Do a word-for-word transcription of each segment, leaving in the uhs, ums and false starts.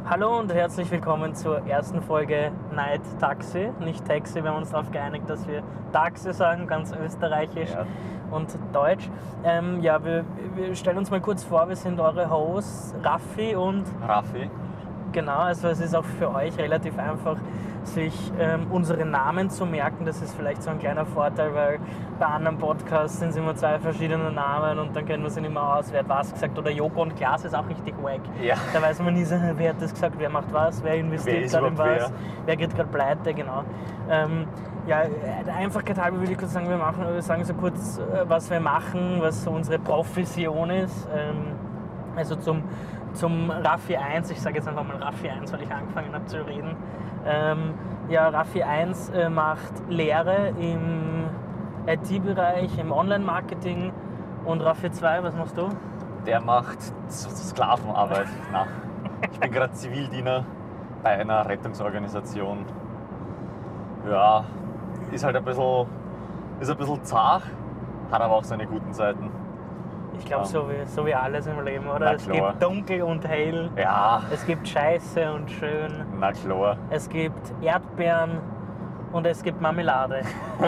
Hallo und herzlich willkommen zur ersten Folge Night Taxi, nicht Taxi. Wir haben uns darauf geeinigt, dass wir Taxi sagen, ganz österreichisch Ja. und deutsch. Ähm, ja, wir, wir stellen uns mal kurz vor, wir sind eure Hosts, Raffi und Raffi. genau, also es ist auch für euch relativ einfach, sich ähm, unsere Namen zu merken. Das ist vielleicht so ein kleiner Vorteil, weil bei anderen Podcasts sind es immer zwei verschiedene Namen und dann kennen wir sie nicht mehr aus, wer hat was gesagt. Oder Joko und Klaas ist auch richtig wack. Ja. Da weiß man nie so, wer hat das gesagt, wer macht was, wer investiert Wer ist gerade in was, überhaupt wer, wer geht gerade pleite, genau. Ähm, ja, der Einfachkeit halber würde ich kurz sagen, wir machen, wir sagen so kurz, äh, was wir machen, was so unsere Profession ist. Ähm, also zum, zum Raffi eins, ich sage jetzt einfach mal Raffi eins, weil ich angefangen habe zu reden. Ähm, ja, Raffi eins äh, macht Lehre im I T-Bereich, im Online-Marketing. Und Raffi zwei, was machst du? Der macht S- Sklavenarbeit. Na, ich bin gerade Zivildiener bei einer Rettungsorganisation. Ja, ist halt ein bisschen, ist ein bisschen zart, hat aber auch seine guten Seiten. Ich glaube, Ähm, so, wie, so wie alles im Leben, oder? na Es klar. gibt dunkel und hell, Ja, es gibt Scheiße und schön, na klar. es gibt Erdbeeren und es gibt Marmelade.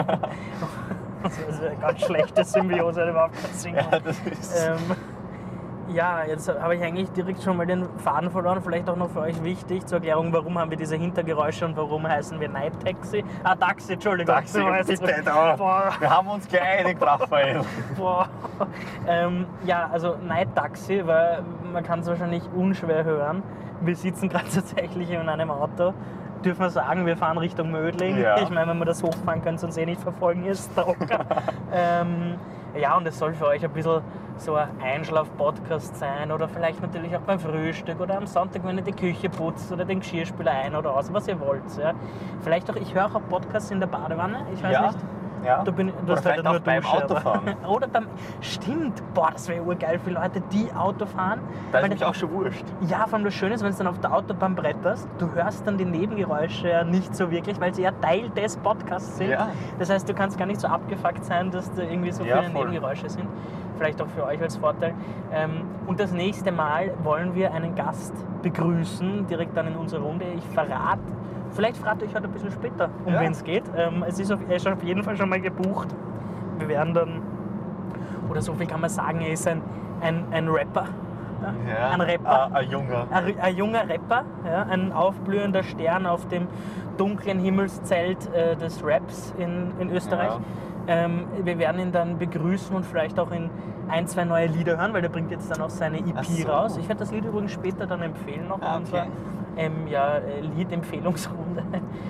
Das ist eine ganz schlechte Symbiose, die überhaupt keinen Sinn macht. Ja, das ist. Ähm, ja, jetzt habe ich eigentlich direkt schon mal den Faden verloren. Vielleicht auch noch für euch wichtig zur Erklärung, warum haben wir diese Hintergeräusche und warum heißen wir Night Taxi? Ah, Taxi, Entschuldigung. Taxi, So heißt es. bitte, da. Boah, Wir haben uns geeinigt, Raphael. boah. Ähm, ja, also Night Taxi, weil man kann es wahrscheinlich unschwer hören. Wir sitzen gerade tatsächlich in einem Auto. Dürfen wir sagen, wir fahren Richtung Mödling. Ja. Ich meine, wenn wir das hochfahren können, uns eh nicht verfolgen, ist Drucker. ähm, ja, und es soll für euch ein bisschen so ein Einschlaf-Podcast sein oder vielleicht natürlich auch beim Frühstück oder am Sonntag, wenn ihr die Küche putzt oder den Geschirrspüler ein- oder aus, was ihr wollt. Ja. Vielleicht auch, ich höre auch Podcasts in der Badewanne, ich weiß Ja. nicht. Ja. Du, bin, du Oder hast leider vielleicht nur auch beim Dusche, aber- Autofahren. Oder beim. Stimmt, boah, das wäre urgeil für Leute, die Auto fahren. Da ist Weil mich auch schon wurscht. ja, vor allem das Schöne ist, wenn du dann auf der Autobahn bretterst, du hörst dann die Nebengeräusche ja nicht so wirklich, weil sie ja Teil des Podcasts sind. Ja. Das heißt, du kannst gar nicht so abgefuckt sein, dass da irgendwie so Ja, viele voll. Nebengeräusche sind. Vielleicht auch für euch als Vorteil. Ähm, Und das nächste Mal wollen wir einen Gast begrüßen, direkt dann in unserer Runde. Ich verrate, vielleicht verrate ich heute ein bisschen später, um Ja. wen es geht. Ähm, Es ist auf, er ist auf jeden Fall schon mal gebucht. Wir werden dann, oder so viel kann man sagen, er ist ein, ein, ein Rapper. Ja? Ein Rapper. Ein, ein Junger. Ein, ein junger Rapper, ja, ein aufblühender Stern auf dem dunklen Himmelszelt äh, des Raps in, in Österreich. Ja. Ähm, wir werden ihn dann begrüßen und vielleicht auch in ein, zwei neue Lieder hören, weil der bringt jetzt dann auch seine E P Ach so. raus. Ich werde das Lied übrigens später dann empfehlen noch Ah, in unserer okay. ähm, ja, äh, Lied-Empfehlungsrunde.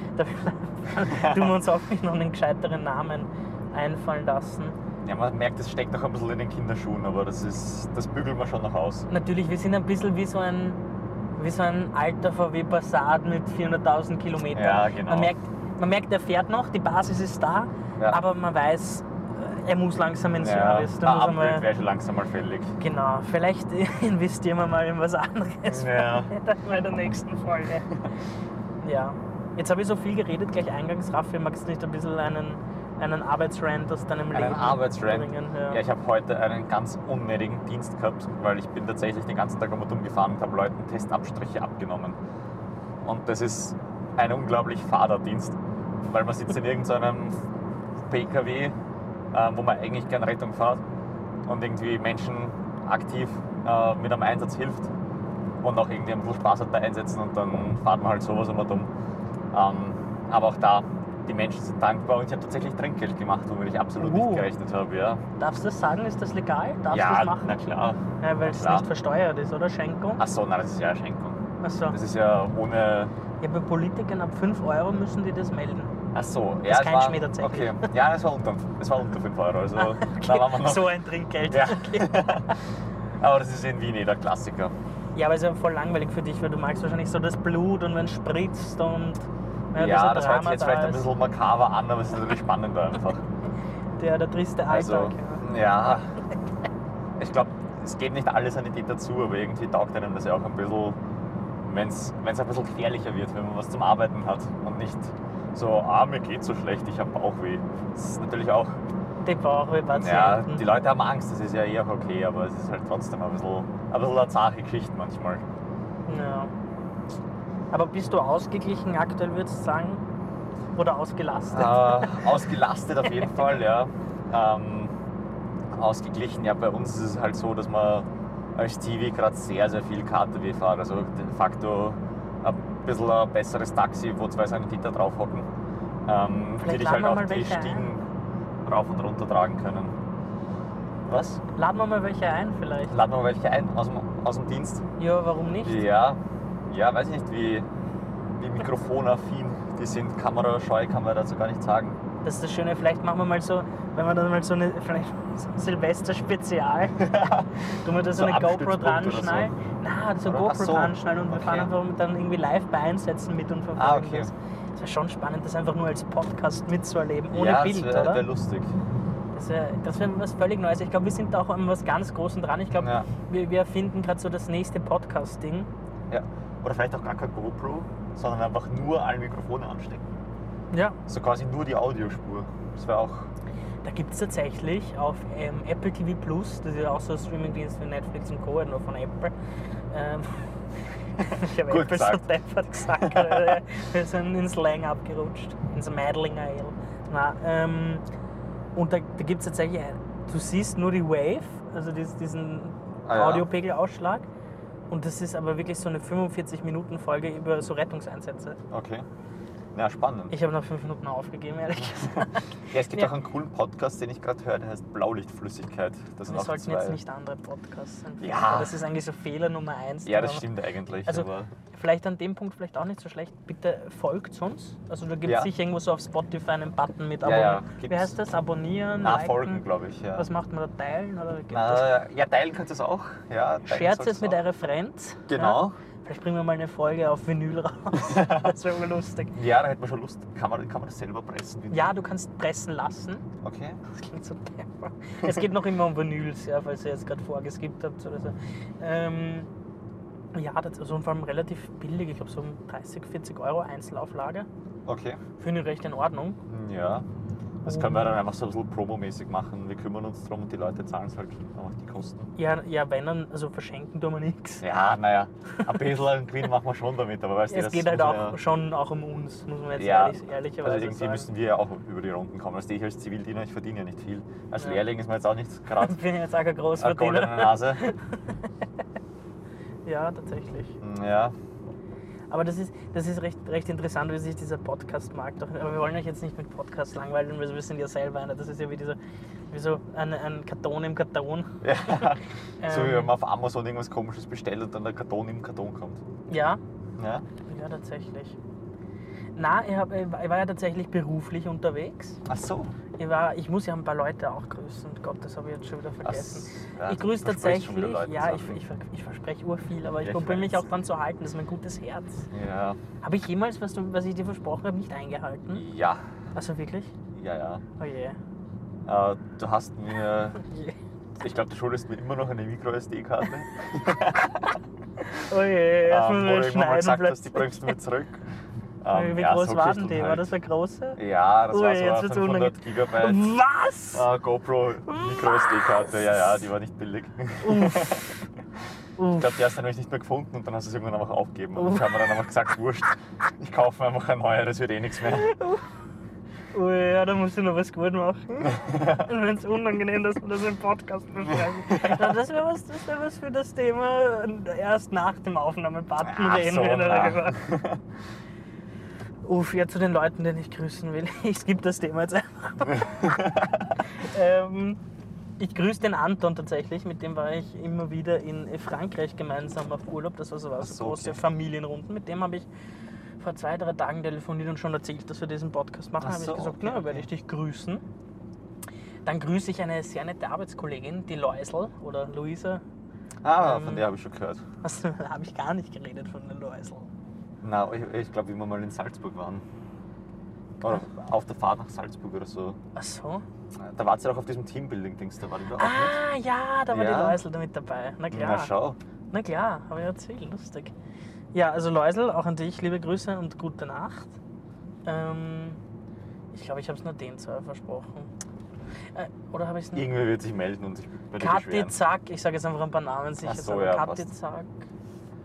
Da tun wir uns hoffentlich noch einen gescheiteren Namen einfallen lassen. Ja, man merkt, es steckt noch ein bisschen in den Kinderschuhen, aber das, ist, das bügeln wir schon noch aus. Natürlich, wir sind ein bisschen wie so ein, wie so ein alter V W Passat mit vierhunderttausend Kilometern. Ja, genau. Man merkt, man merkt, er fährt noch, die Basis ist da, Ja. aber man weiß, er muss langsam in Ja, Service. ein Da muss er Upgrade mal, wäre schon langsam mal fällig. genau, vielleicht investieren wir mal in was anderes Ja. bei der nächsten Folge. Ja, jetzt habe ich so viel geredet, gleich eingangs. Raffi, magst du nicht ein bisschen einen, einen Arbeitsrand aus deinem Leben Einen Arbeitsrand. bringen? Ja. Ja. ich habe heute einen ganz unnötigen Dienst gehabt, weil ich bin tatsächlich den ganzen Tag um und um gefahren und habe Leuten Testabstriche abgenommen. Und das ist ein unglaublich fader Dienst, weil man sitzt in irgendeinem P K W, äh, wo man eigentlich gern Rettung fährt und irgendwie Menschen aktiv äh, mit einem Einsatz hilft und auch irgendwie ein bisschen Spaß hat bei Einsätzen und dann fährt man halt sowas immer dumm. Ähm, aber auch da, die Menschen sind dankbar und ich habe tatsächlich Trinkgeld gemacht, womit ich absolut Uh. nicht gerechnet habe. Ja, Darfst du das sagen? Ist das legal? Darfst du ja das machen? na klar. Ja, weil es klar. nicht versteuert ist, oder? Schenkung? Ach so, nein, das ist ja eine Schenkung. Ach so. Das ist ja ohne. Ja, bei Politikern ab fünf Euro müssen die das melden. Ach so, ja, ist es kein war, Schmäh tatsächlich. Okay, ja, es war unter, es war unter fünf Euro. Also, da waren wir noch. So ein Trinkgeld. Ja. Okay. Aber das ist in Wien eh der Klassiker. Ja, aber es ist ja voll langweilig für dich, weil du magst wahrscheinlich so das Blut und wenn es spritzt und ja, Ja, das das hört sich jetzt da vielleicht ein ist. bisschen makaber an, aber es ist natürlich spannender einfach. Der, der triste Also, Alltag. ja. ja, ich glaube, es geht nicht alle Sanität dazu, aber irgendwie taugt einem das ja auch ein bisschen, wenn es ein bisschen gefährlicher wird, wenn man was zum Arbeiten hat und nicht so, ah, mir geht so schlecht, ich habe Bauchweh. Das ist natürlich auch, Die Bauchwehpatienten. ja, die Leute haben Angst, das ist ja eher okay, aber es ist halt trotzdem ein bisschen, ein bisschen eine zache Geschichte manchmal. Ja. Aber bist du ausgeglichen aktuell, würdest du sagen? Oder ausgelastet? Äh, ausgelastet auf jeden Fall, ja. Ähm, ausgeglichen, ja, bei uns ist es halt so, dass man als Zivi gerade sehr, sehr viel K T W fahrt. Also de facto ein bisschen ein besseres Taxi, wo zwei Sanitäter drauf hocken, ähm, die dich halt auf die Stiegen rauf und runter tragen können. Was? Laden wir mal welche ein vielleicht? Laden wir welche ein aus dem, aus dem Dienst? Ja, warum nicht? Ja, ja, weiß ich nicht, wie, wie mikrofonaffin die sind. Kamerascheu kann man dazu gar nicht sagen. Das ist das Schöne, vielleicht machen wir mal so, wenn wir dann mal so eine, vielleicht so ein Silvester-Spezial, tun wir da so, so eine GoPro dran schnallen. So. Nein, so eine GoPro so. dran schnallen und wir okay. fahren einfach dann irgendwie live bei Einsätzen mit und verfolgen ah, okay. das. Das wäre schon spannend, das einfach nur als Podcast mitzuerleben, ohne ja, Bild, das wär, oder? wäre lustig. Das wäre wär was völlig Neues. Ich glaube, wir sind da auch an was ganz Großem dran. Ich glaube, ja. wir, wir erfinden gerade so das nächste Podcast-Ding. Ja, oder vielleicht auch gar kein GoPro, sondern einfach nur alle Mikrofone anstecken. Ja. So quasi nur die Audiospur. Das wäre auch... Da gibt es tatsächlich auf ähm, Apple T V Plus, das ist ja auch so ein Streamingdienst wie Netflix und Co., nur von Apple. Ähm, ich habe Apple so deppert gesagt, wir sind in Slang abgerutscht, ins Mädlinger Ale. Nein, ähm, und da, da gibt es tatsächlich, du siehst nur die Wave, also diesen ah, ja. Audiopegelausschlag. Und das ist aber wirklich so eine fünfundvierzig Minuten Folge über so Rettungseinsätze. Okay. Ja, spannend. Ich habe nach fünf Minuten aufgegeben, ehrlich gesagt. Ja, es gibt ja. auch einen coolen Podcast, den ich gerade höre, der heißt Blaulichtflüssigkeit. Das sind Wir auch sollten zwei. jetzt nicht andere Podcasts sein. Ja. Das ist eigentlich so Fehler Nummer eins. Ja, das stimmt eigentlich. Also aber vielleicht an dem Punkt vielleicht auch nicht so schlecht. Bitte folgt uns. Also da gibt es ja. sicher irgendwo so auf Spotify einen Button mit Abonnieren. Ja, ja. Wie heißt das? Abonnieren? Na, folgen, glaube ich. Ja. Was macht man da? Teilen? Oder gibt Na, das? Ja, teilen könnt ihr es auch. Ja, Scherzt es mit euren Friends. Genau. Ja. Vielleicht bringen wir mal eine Folge auf Vinyl raus. Das wäre lustig. Ja, da hätte man schon Lust. Kann man, kann man das selber pressen? Vinyl? Ja, du kannst pressen lassen. Okay. Das klingt so depper. Es geht noch immer um Vinyls, ja, falls ihr jetzt gerade vorgeskippt habt oder so. Ähm, ja, das ist also vor allem relativ billig. Ich glaube so um dreißig, vierzig Euro Einzelauflage. Okay. Finde ich recht in Ordnung. Ja. Das können wir dann einfach so ein bisschen promomäßig machen. Wir kümmern uns darum und die Leute zahlen es halt einfach die Kosten. Ja, ja, wenn dann, also verschenken tun wir nichts. Ja, naja, ein bisschen einen Gewinn machen wir schon damit, aber weißt du, es das geht halt auch ja schon auch um uns, muss man jetzt ja, ehrlich, ehrlicherweise also irgendwie sagen. müssen wir ja auch über die Runden kommen. Also ich als Zivildiener, ich verdiene ja nicht viel. Als ja. Lehrling ist man jetzt auch nicht gerade Ich bin jetzt auch kein eine Großverdiener. goldene Nase. Ja, tatsächlich. Ja. Aber das ist, das ist recht, recht interessant, wie sich dieser Podcast-Markt auch... Aber wir wollen euch jetzt nicht mit Podcasts langweilen, weil wir sind ja selber einer. Das ist ja wie, dieser, wie so ein, ein Karton im Karton. Ja. ähm, So wie wenn man auf Amazon irgendwas Komisches bestellt und dann der Karton im Karton kommt. Ja. Ja, ja tatsächlich. Na, ich, hab, ich war ja tatsächlich beruflich unterwegs. Ach so. Ich, war, ich muss ja ein paar Leute auch grüßen. Gott, das habe ich jetzt schon wieder vergessen. Ach, ja, ich grüße tatsächlich, Leute, ja, ich, ich, ich verspreche urviel, aber ich ja, probiere mich weiß. auch dran zu halten. Das ist mein gutes Herz. Ja. Habe ich jemals, was, du, was ich dir versprochen habe, nicht eingehalten? Ja. Also wirklich? Ja, ja. Oh je. Äh, du hast mir... Ich glaube, du schuldest mir immer noch eine Micro-S D-Karte. Oh je, jetzt ähm, müssen wo wir du immer mal schneiden gesagt hast, die plötzlich. bringst du mir zurück. Ähm, Wie ja, groß so war denn Kisteln die? War halt. das eine große? Ja, das Ui, war jetzt so eine wird's fünfhundert Gigabyte Was? äh, GoPro Micro-S D-Karte. Ja, ja, die war nicht billig. Uff. Ich glaube, die hast du nämlich nicht mehr gefunden und dann hast du es irgendwann einfach aufgegeben. Und ich habe mir dann einfach gesagt, wurscht, ich kaufe mir einfach ein neues, das wird eh nichts mehr. Oh ja, da musst du noch was gut machen. Wenn es unangenehm, dass wir das im Podcast besprechen. Ja, das wäre was, das wär was für das Thema erst nach dem Aufnahmebutton Ach reden. so, wir Uff, ja, zu den Leuten, den ich grüßen will. Ich skippe das Thema jetzt einfach. ähm, ich grüße den Anton tatsächlich, mit dem war ich immer wieder in Frankreich gemeinsam auf Urlaub. Das war so was, so, große okay. Familienrunden. Mit dem habe ich vor zwei, drei Tagen telefoniert und schon erzählt, dass wir diesen Podcast machen. Ach habe so, ich gesagt, okay, na, werde okay. ich dich grüßen. Dann grüße ich eine sehr nette Arbeitskollegin, die Loisel oder Luisa. Ah, Ähm, von der habe ich schon gehört. Was, da habe ich gar nicht geredet von der Loisel. Na, ich, ich glaube, wie wir mal in Salzburg waren. Oder auf der Fahrt nach Salzburg oder so. Ach so? Da wart ihr doch auf diesem Teambuilding-Dings, da war die da auch Ah, ja, da war Ja. die Loisel da mit dabei. Na mit. klar. Na schau. Na klar, habe ich erzählt, lustig. Ja, also Loisel, auch an dich liebe Grüße und gute Nacht. Ähm, ich glaube, ich habe es nur den zwei versprochen. Äh, oder habe ich es nicht? Irgendwer wird sich melden und sich bei dir Kathi beschweren. Zack, ich sage jetzt einfach ein paar Namen sicher. Ach so, aber ja, Kathi passt. Zack,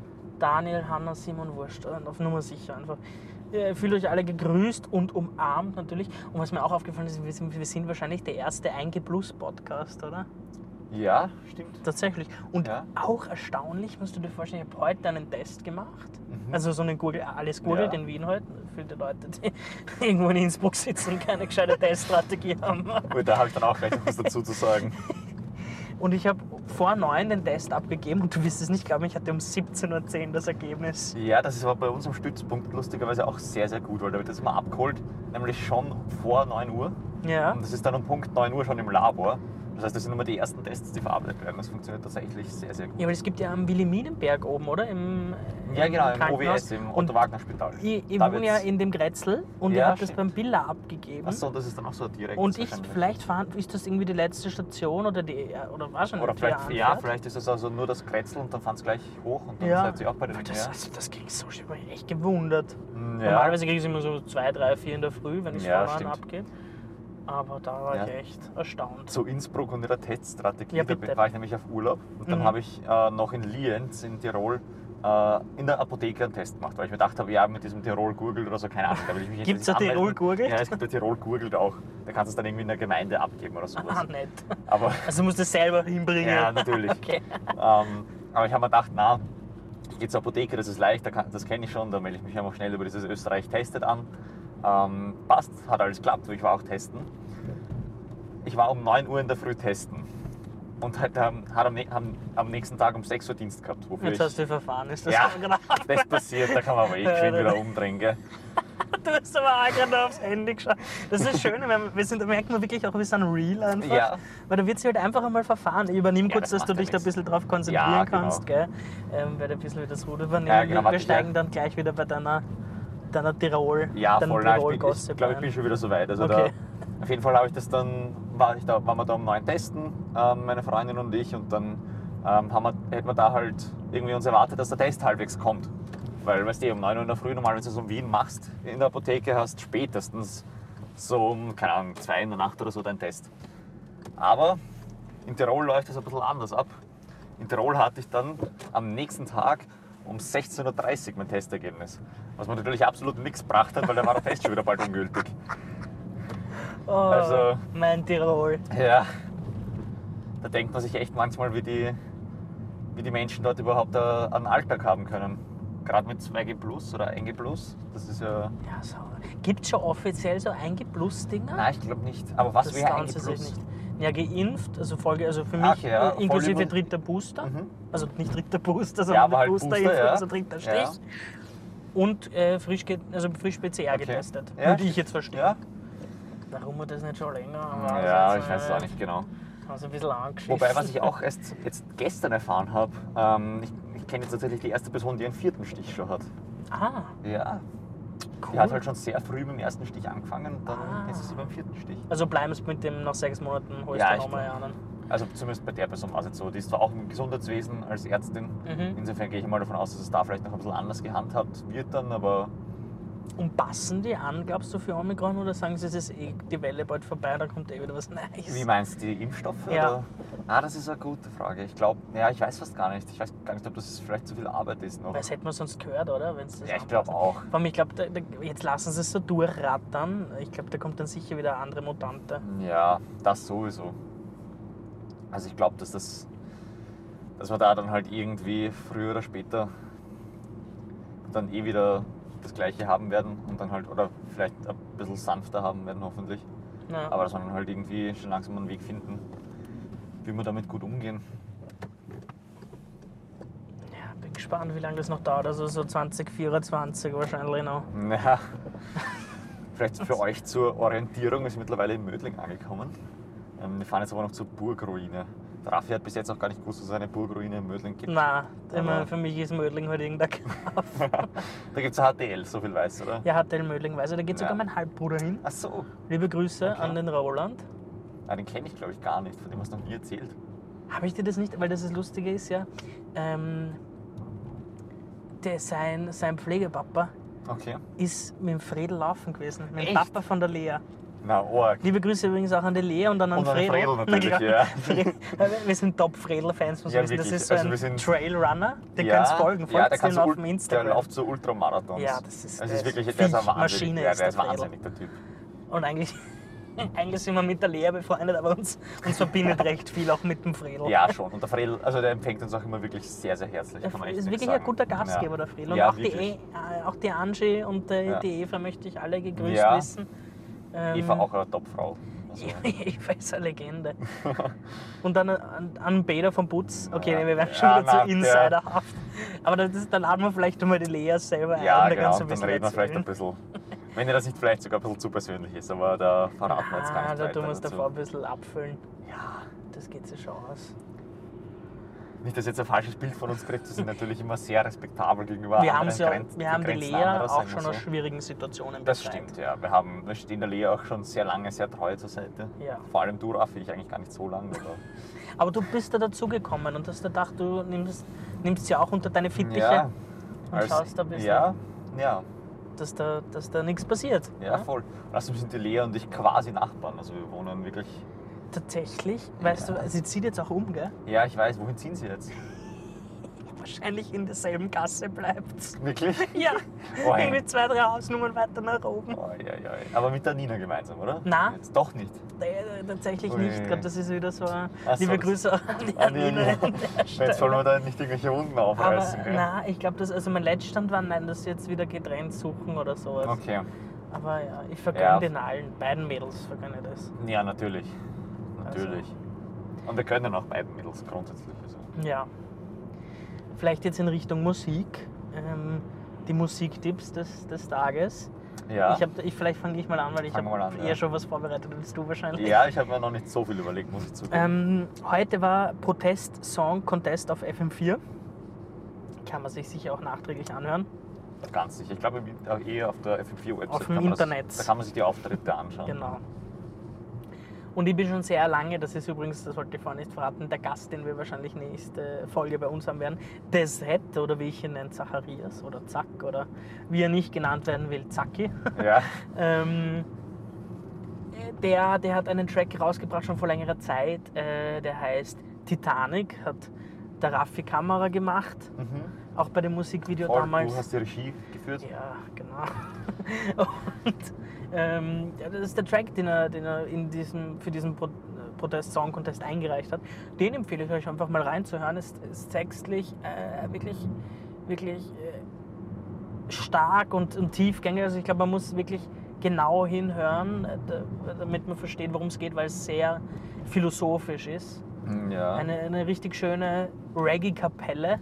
Daniel, Hanna, Simon, Wurscht. Auf Nummer sicher einfach. Ihr fühlt euch alle gegrüßt und umarmt natürlich. Und was mir auch aufgefallen ist, wir sind, wir sind wahrscheinlich der erste ein G Plus Podcast, oder? Ja, stimmt. Tatsächlich. Und Ja. auch erstaunlich, musst du dir vorstellen, ich habe heute einen Test gemacht. Mhm. Also so einen Google, alles Google Ja. in Wien heute. Für die Leute, die irgendwo in Innsbruck sitzen und keine gescheite Teststrategie haben. Gut, da habe ich dann auch gleich noch was dazu zu sagen. Und ich habe vor neun den Test abgegeben und du wirst es nicht glauben, ich hatte um siebzehn Uhr zehn das Ergebnis. Ja, das ist aber bei uns am Stützpunkt lustigerweise auch sehr, sehr gut, weil da wird das mal abgeholt, nämlich schon vor neun Uhr. Ja. Und das ist dann um Punkt neun Uhr schon im Labor. Das heißt, das sind immer die ersten Tests, die verarbeitet werden. Das funktioniert tatsächlich sehr, sehr gut. Ja, aber es gibt ja am Wilhelminenberg oben, oder? Im, Ja, genau, im O W Krankenhaus. S, im Und Otto-Wagner-Spital. Ich, ich Da wohne ja wird's- in dem Grätzl und Ja, ich habe das stimmt. beim Billa abgegeben. Achso, das ist dann auch so direkt. Und ich, wahrscheinlich. vielleicht fahren, ist das irgendwie die letzte Station oder die, oder war schon Oder die vielleicht, ja, Anfahrt? vielleicht ist es also nur das Kretzel und dann fahren es gleich hoch und dann Ja. seid ihr auch bei den Das, ja. also, das ging so schön, ich war echt gewundert. Mm, Normalerweise kriege ich es immer so zwei, drei, vier in der Früh, wenn ich es Ja, vorne stimmt. abgebe. Aber da war Ja. ich echt erstaunt. Zu Innsbruck und ihrer Teststrategie. Ja, da bitte. war ich nämlich auf Urlaub und dann Mhm. habe ich äh, noch in Lienz in Tirol äh, in der Apotheke einen Test gemacht, weil ich mir gedacht habe, ja, mit diesem Tirol-Gurgel oder so, keine Ahnung. Da will ich mich jetzt Gibt's nicht da anmelden. Tirol-Gurgel? Ja, es gibt der Tirol-Gurgel auch. Da kannst du es dann irgendwie in der Gemeinde abgeben oder sowas. Ah, nett. Aber Also du musst es selber hinbringen. ja, natürlich. Okay. Ähm, aber ich habe mir gedacht, na, ich gehe zur Apotheke, das ist leicht, da kann- das kenne ich schon, da melde ich mich einfach schnell über dieses Österreich testet an. Ähm, passt, hat alles geklappt, ich war auch testen. Ich war um neun Uhr in der Früh testen und hat, ähm, hat am, ne- am, am nächsten Tag um sechs Uhr Dienst gehabt. Wofür Jetzt ich, hast du verfahren, ist das Ja. genau. das passiert, da kann man aber eh geschwind wieder umdrehen. Gell? Du hast aber auch gerade aufs Handy geschaut. Das ist das Schöne, wenn wir sind, da merkt man wirklich auch, wir sind real einfach. Ja. Weil da wird sich halt einfach einmal verfahren. Ich übernehme Ja, kurz, das dass du macht ja dich da ein nichts. bisschen drauf konzentrieren Ja, genau. kannst. Gell? Ähm, werde ein bisschen wieder das Ruder übernehmen. Ja, genau, wir warte, wir ich steigen ja- dann gleich wieder bei deiner, deiner Tirol. Ja, deinem voll. Nein, ich bin- Tirol-Gossip ich glaube, ich ein. bin schon wieder so weit. Also Okay. da, auf jeden Fall habe ich das dann, war, ich da, waren wir da um neun testen, ähm, meine Freundin und ich, und dann ähm, haben wir, hätten wir da halt irgendwie uns erwartet, dass der Test halbwegs kommt. Weil, weißt du, um neun Uhr in der Früh, normalerweise so in Wien machst, in der Apotheke hast spätestens so um, keine Ahnung, zwei in der Nacht oder so deinen Test. Aber in Tirol läuft das ein bisschen anders ab. In Tirol hatte ich dann am nächsten Tag um sechzehn Uhr dreißig mein Testergebnis. Was mir natürlich absolut nichts gebracht hat, weil da war der Test schon wieder bald ungültig. Oh, also- mein Tirol. Ja, da denkt man sich echt manchmal, wie die, wie die Menschen dort überhaupt äh, einen Alltag haben können. Gerade mit zwei G plus oder ein G plus. Das ist ja. Ja, so. Gibt es schon offiziell so ein G Plus-Dinger? Nein, ich glaube nicht. Aber was das wäre ein trauen G sie sich plus? nicht. Ja, geimpft, also Folge, also für Ach mich ja, äh, inklusive Folge- dritter Booster. Mhm. Also nicht dritter Booster, Ja, sondern aber halt Booster, Booster, Impfung, ja. also dritter Strich. Ja. Und äh, frisch, ge- also frisch P C R Okay. getestet. Ja, Würde ich jetzt verstehen. Ja, Warum wir das nicht schon länger haben. ja ich weiß es auch nicht genau. Haben sie ein bisschen angeschissen. Wobei, was ich auch erst jetzt gestern erfahren habe, ähm, ich, ich kenne jetzt tatsächlich die erste Person, die einen vierten Stich schon hat. Ah, Ja. cool. Die hat halt schon sehr früh mit dem ersten Stich angefangen, dann Ah. ist sie beim vierten Stich. Also bleibst mit dem nach sechs Monaten, holst Ja, du ich nochmal glaub. einen. Also zumindest bei der Person war es jetzt so. Die ist zwar auch im Gesundheitswesen als Ärztin. Mhm. Insofern gehe ich mal davon aus, dass es da vielleicht noch ein bisschen anders gehandhabt wird dann, aber Und passen die an, glaubst du, für Omikron oder sagen sie, es ist eh die Welle bald vorbei, da kommt eh wieder was Neues? wie meinst du, die Impfstoffe? Ja. Oder? Ah, das ist eine gute Frage. Ich glaube, ja, ich weiß fast gar nicht. Ich weiß gar nicht, ob das vielleicht zu viel Arbeit ist noch. Weil das hätte man sonst gehört, oder? Wenn's das Ja, ich glaube auch. Vor allem, ich glaube, da, da, jetzt lassen sie es so durchrattern. Ich glaube, da kommt dann sicher wieder eine andere Mutante. Ja, das sowieso. Also ich glaube, dass das, dass wir da dann halt irgendwie früher oder später dann eh wieder das Gleiche haben werden und dann halt, oder vielleicht ein bisschen sanfter haben werden, hoffentlich. Ja. Aber dass wir dann halt irgendwie schon langsam einen Weg finden, wie wir damit gut umgehen. Ja, bin gespannt, wie lange das noch dauert. Also so zwanzig vierundzwanzig wahrscheinlich noch. Ja, vielleicht für euch zur Orientierung, ist mittlerweile in Mödling angekommen. Ähm, Wir fahren jetzt aber noch zur Burgruine. Der Raffi hat bis jetzt auch gar nicht gewusst, dass es eine Burgruine in Mödling gibt. Nein, immer Aber- für mich ist Mödling halt irgendein Kauf. Da gibt es ein H T L, so viel weißt du, oder? Ja, H T L Mödling, weiß ich, da geht Ja. sogar mein Halbbruder hin. Ach so. Liebe Grüße Okay. an den Roland. Ah, den kenne ich glaube ich gar nicht, von dem hast du noch nie erzählt. Habe ich dir das nicht, weil das das Lustige ist, ja. Ähm, der, sein, sein Pflegepapa Okay. ist mit dem Fredel laufen gewesen, mit dem Echt? Papa von der Lea. Na, arg. Liebe Grüße übrigens auch an die Lea und an den Und an den Fredel. Fredel natürlich, Na klar. ja. Fredel. Wir sind Top-Fredel-Fans, muss Ja, man wissen. Das wirklich. ist so Also ein wir sind- Trailrunner, den Ja, kannst du folgen. ja, Folgt der, kannst dem du auf dem ul- der Instagram. läuft so Ultramarathons. Ja, das ist- das der ist wirklich, ist der ist ein Viech, Wahnsinnig. Maschine Ja, ist der der ist Fredel. wahnsinnig, der Typ. Und eigentlich, eigentlich sind wir mit der Lea befreundet, aber uns, uns verbindet recht viel auch mit dem Fredel. Ja, schon. Und der Fredel, also der empfängt uns auch immer wirklich sehr, sehr herzlich. Er Kann man echt ist nichts wirklich sagen. ein guter Gastgeber, Ja. der Fredel. Und Ja, auch, die, wirklich. E- äh, auch die Angie und äh, Ja. die Eva möchte ich alle gegrüßt Ja. wissen. Ähm, Eva auch eine Topfrau. Also, Eva ist eine Legende. Und dann an, an Peter vom Putz. Okay, Ja. nee, wir werden schon Ja, wieder zu na, der- insiderhaft. Aber das ist, dann laden wir vielleicht einmal die Lea selber ja, ein. Da genau. kannst du Und ein dann bisschen reden wir vielleicht ein erzählen. bisschen. Wenn ihr das nicht vielleicht sogar ein bisschen zu persönlich ist, aber da verraten wir jetzt gar Ah, nicht da weiter tun wir es dazu. davor ein bisschen abfüllen. Ja, Das geht sich schon aus. nicht, dass jetzt ein falsches Bild von uns kriegt. Wir sind natürlich immer sehr respektabel gegenüber Wir, anderen haben's ja, Grenzen- wir haben die Grenzen Lea anderer, auch sagen wir schon so. aus schwierigen Situationen Das befreit. stimmt, ja. Wir, haben, wir stehen der Lea auch schon sehr lange, sehr treu zur Seite. Ja. Vor allem du, Raffi, ich eigentlich gar nicht so lange. Aber Aber du bist da dazugekommen und hast gedacht, du nimmst, nimmst sie auch unter deine Fittiche ja, und schaust da ein bisschen, Ja, ja, dass da, dass da nichts passiert. ja, voll. Außerdem sind die Lea und ich quasi Nachbarn. Also wir wohnen wirklich. Tatsächlich, weißt Ja. du, sie zieht jetzt auch um, gell? Ja, ich weiß, wohin ziehen sie jetzt? Wahrscheinlich in derselben Gasse bleibt's. Wirklich? Ja, Oh, irgendwie zwei, drei Hausnummern weiter nach oben. Oh, ja, ja. Aber mit der Nina gemeinsam, oder? Na. Jetzt doch nicht. Äh, Tatsächlich Ui. nicht, gerade das ist wieder so ein Ach so, liebe das- Grüße an die Ah, nee, Anina nee. an der Jetzt wollen Stelle. wir da nicht irgendwelche Wunden Aber aufreißen. gell? na, ich glaube, dass also mein Letztstand war, nein, dass sie jetzt wieder getrennt suchen oder sowas. Okay. Aber ja, ich vergönne Ja. den allen, beiden Mädels vergönne das. Ja, natürlich. Also. Natürlich. Und wir können auch beiden Mädels grundsätzlich. Also. Ja. Vielleicht jetzt in Richtung Musik. Ähm, die Musiktipps des, des Tages. Ja. Ich hab, ich, vielleicht fange ich mal an, weil ich Fang habe mal an, eher ja. schon was vorbereitet als du wahrscheinlich. ja, ich habe mir noch nicht so viel überlegt, muss ich zugeben. Ähm, heute war Protest-Song-Contest auf F M vier. Kann man sich sicher auch nachträglich anhören. Ganz sicher. Ich glaube auch eher auf der F M vier Website. Auf dem kann man Internet. Das, da kann man sich die Auftritte anschauen. Genau. Und ich bin schon sehr lange, das ist übrigens, das wollte ich vorhin nicht verraten, der Gast, den wir wahrscheinlich nächste Folge bei uns haben werden, der Zed, oder wie ich ihn nenne, Zacharias oder Zack oder wie er nicht genannt werden will, Zacki. Ja. ähm, der, der hat einen Track rausgebracht schon vor längerer Zeit, äh, der heißt Titanic, hat der Raffi Kamera gemacht, Mhm. auch bei dem Musikvideo Voll, damals. du hast die Regie geführt. Ja, genau. Und ähm, ja, das ist der Track, den er, den er in diesem, für diesen Pro Protest-Song-Contest eingereicht hat. Den empfehle ich euch einfach mal reinzuhören. Es ist textlich äh, wirklich, wirklich äh, stark und, und tiefgängig. Also ich glaube, man muss wirklich genau hinhören, äh, damit man versteht, worum es geht, weil es sehr philosophisch ist. Ja. Eine, eine richtig schöne Reggae-Kapelle.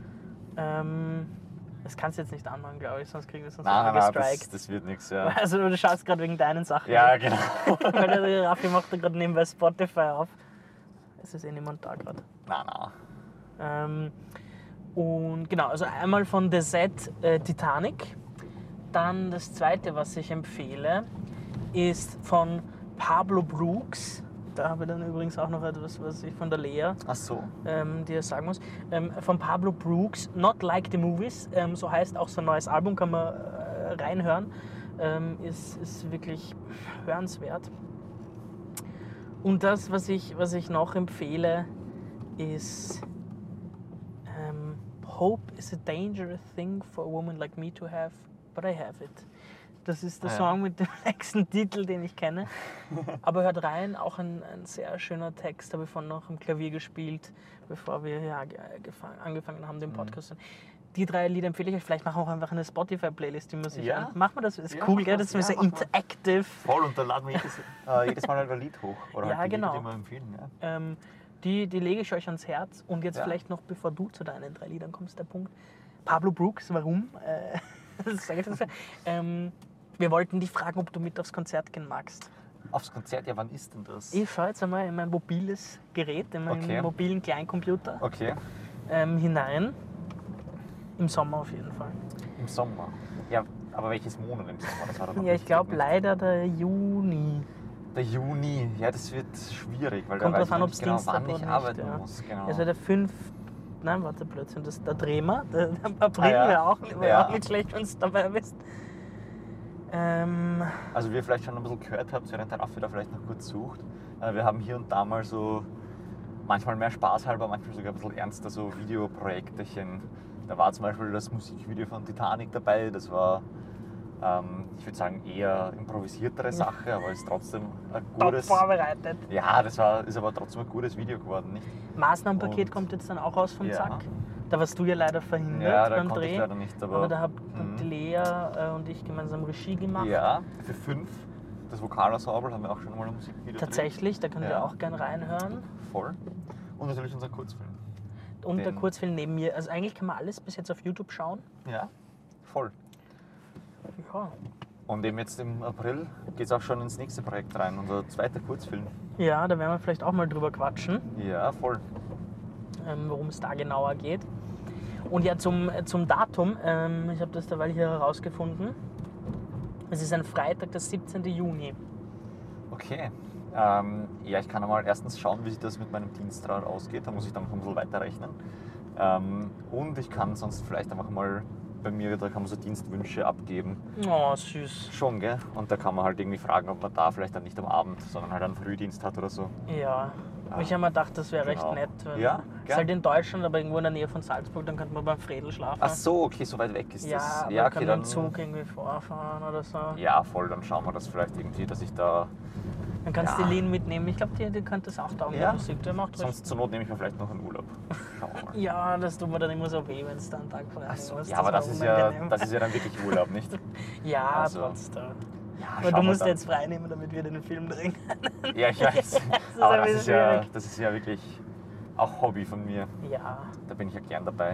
Ähm, das kannst du jetzt nicht anmachen, glaube ich, sonst kriegen wir sonst Nein, nein, mal nein, das, gestrikt. das wird nichts. Ja, Also du schaust gerade wegen deinen Sachen. ja genau. Weil der Raffi macht da gerade nebenbei Spotify auf. Es ist eh niemand da gerade. Nein, nein. Ähm, und genau, also einmal von The Set äh, Titanic. Dann das zweite, was ich empfehle, ist von Pablo Brooks. Da habe ich dann übrigens auch noch etwas, was ich von der Lea Ach so. ähm, dir sagen muss. Ähm, von Pablo Brooks, Not Like the Movies, ähm, so heißt auch sein neues Album, kann man äh, reinhören. Ähm, ist, ist wirklich hörenswert. Und das, was ich, was ich noch empfehle, ist ähm, Hope is a dangerous thing for a woman like me to have, but I have it. Das ist der Ah, ja. Song mit dem nächsten Titel, den ich kenne. Aber hört rein, auch ein, ein sehr schöner Text, habe ich vorhin noch am Klavier gespielt, bevor wir hier angefangen haben, den Podcast. Die drei Lieder empfehle ich euch. Vielleicht machen wir auch einfach eine Spotify-Playlist, die man sich Ja. an. Machen wir das? Ist Ja, cool, mach gell? das. Das ist Ja, so mach mal. interactive. Voll, und dann laden wir jedes, äh, jedes Mal halt ein Lied hoch. Oder Ja, halt die genau. Lieder, die wir empfehlen. Ja. Ähm, die, die lege ich euch ans Herz. Und jetzt Ja. vielleicht noch, bevor du zu deinen drei Liedern kommst, der Punkt. Pablo Brooks, warum? Äh, das sage ich jetzt. Ähm, wir wollten dich fragen, ob du mit aufs Konzert gehen magst. Aufs Konzert, ja, wann ist denn das? Ich schaue jetzt einmal in mein mobiles Gerät, in meinen Okay. mobilen Kleincomputer Okay, ähm, hinein. Im Sommer auf jeden Fall. im Sommer. Ja, aber welches Monat im Sommer? Das war doch noch Ja, ich wichtig, glaube ne? leider der Juni. Der Juni, ja, das wird schwierig, weil Kommt da drauf weiß ich an, noch ob's nicht genau, Dienstag wann ich oder arbeiten nicht, ja. muss. Genau. Also der fünf. Nein, warte, Blödsinn, das, der Drehmer, der, der April Ah, ja. wäre auch, wär Ja. auch nicht schlecht, wenn du dabei bist. Ähm, Also wie ihr vielleicht schon ein bisschen gehört habt, während der Raffi da vielleicht noch kurz sucht, äh, wir haben hier und da mal so, manchmal mehr spaßhalber, manchmal sogar ein bisschen ernster, so Videoprojektechen. Da war zum Beispiel das Musikvideo von Titanic dabei, das war, ähm, ich würde sagen, eher improvisiertere Sache, aber ist trotzdem ein top gutes... vorbereitet. Ja, das war, ist aber trotzdem ein gutes Video geworden, nicht? Maßnahmenpaket Und- kommt jetzt dann auch raus vom Ja. Zack. Da warst du ja leider verhindert Ja, da beim konnte Dreh. ich leider nicht, aber... aber da hat Mhm. die Lea äh, und ich gemeinsam Regie gemacht. Ja, für fünf, das Vokalensemble, haben wir auch schon mal ein Musikvideo Tatsächlich, da könnt ihr Ja. auch gern reinhören. drin. Voll. Und natürlich unser Kurzfilm. Und der Den- Kurzfilm neben mir. Also eigentlich kann man alles bis jetzt auf YouTube schauen. Ja, voll. Ja. Und eben jetzt im April geht es auch schon ins nächste Projekt rein, unser zweiter Kurzfilm. Ja, da werden wir vielleicht auch mal drüber quatschen, Ja, voll. ähm, worum es da genauer geht. Und ja, zum, äh, zum Datum. Ähm, ich habe das derweil hier herausgefunden. Es ist ein Freitag, der siebzehnten Juni. Okay. Ähm, ja, ich kann einmal erstens schauen, wie sich das mit meinem Dienstrat ausgeht. Da muss ich dann noch ein bisschen weiterrechnen. Ähm, und ich kann sonst vielleicht einfach mal bei mir, da kann man so Dienstwünsche abgeben. Oh, süß. Schon, gell? Und da kann man halt irgendwie fragen, ob man da vielleicht dann nicht am Abend, sondern halt einen Frühdienst hat oder so. Ja. Ah, Ich habe mir gedacht, das wäre genau. recht nett. Wenn Ja, ist gern. halt in Deutschland, aber irgendwo in der Nähe von Salzburg, dann könnte man beim Fredel schlafen. Ach so, okay, so weit weg ist Ja, das. aber Ja, kann okay, man dann. im Zug irgendwie vorfahren oder so. Ja, voll, dann schauen wir das vielleicht irgendwie, dass ich da. Dann kannst du Ja. die Lin mitnehmen. Ich glaube, die, die könnte das auch taugen, Ja. die Musik. Der macht recht. Sonst zur Not nehme ich mir vielleicht noch einen Urlaub. Schauen wir mal. Ja, das tut mir dann immer so weh, wenn es da einen Tag frei Ach so, ist. ja, aber das war ist ja, unangenehm. das ist ja dann wirklich Urlaub, nicht? Ja, also, trotzdem. Ja, Aber schauen du wir musst dann. jetzt frei nehmen, damit wir den Film drehen können. Ja, ich weiß. ist aber ein das bisschen ist, ja, schwierig. das ist ja wirklich auch Hobby von mir. Ja. Da bin ich ja gern dabei. Ähm,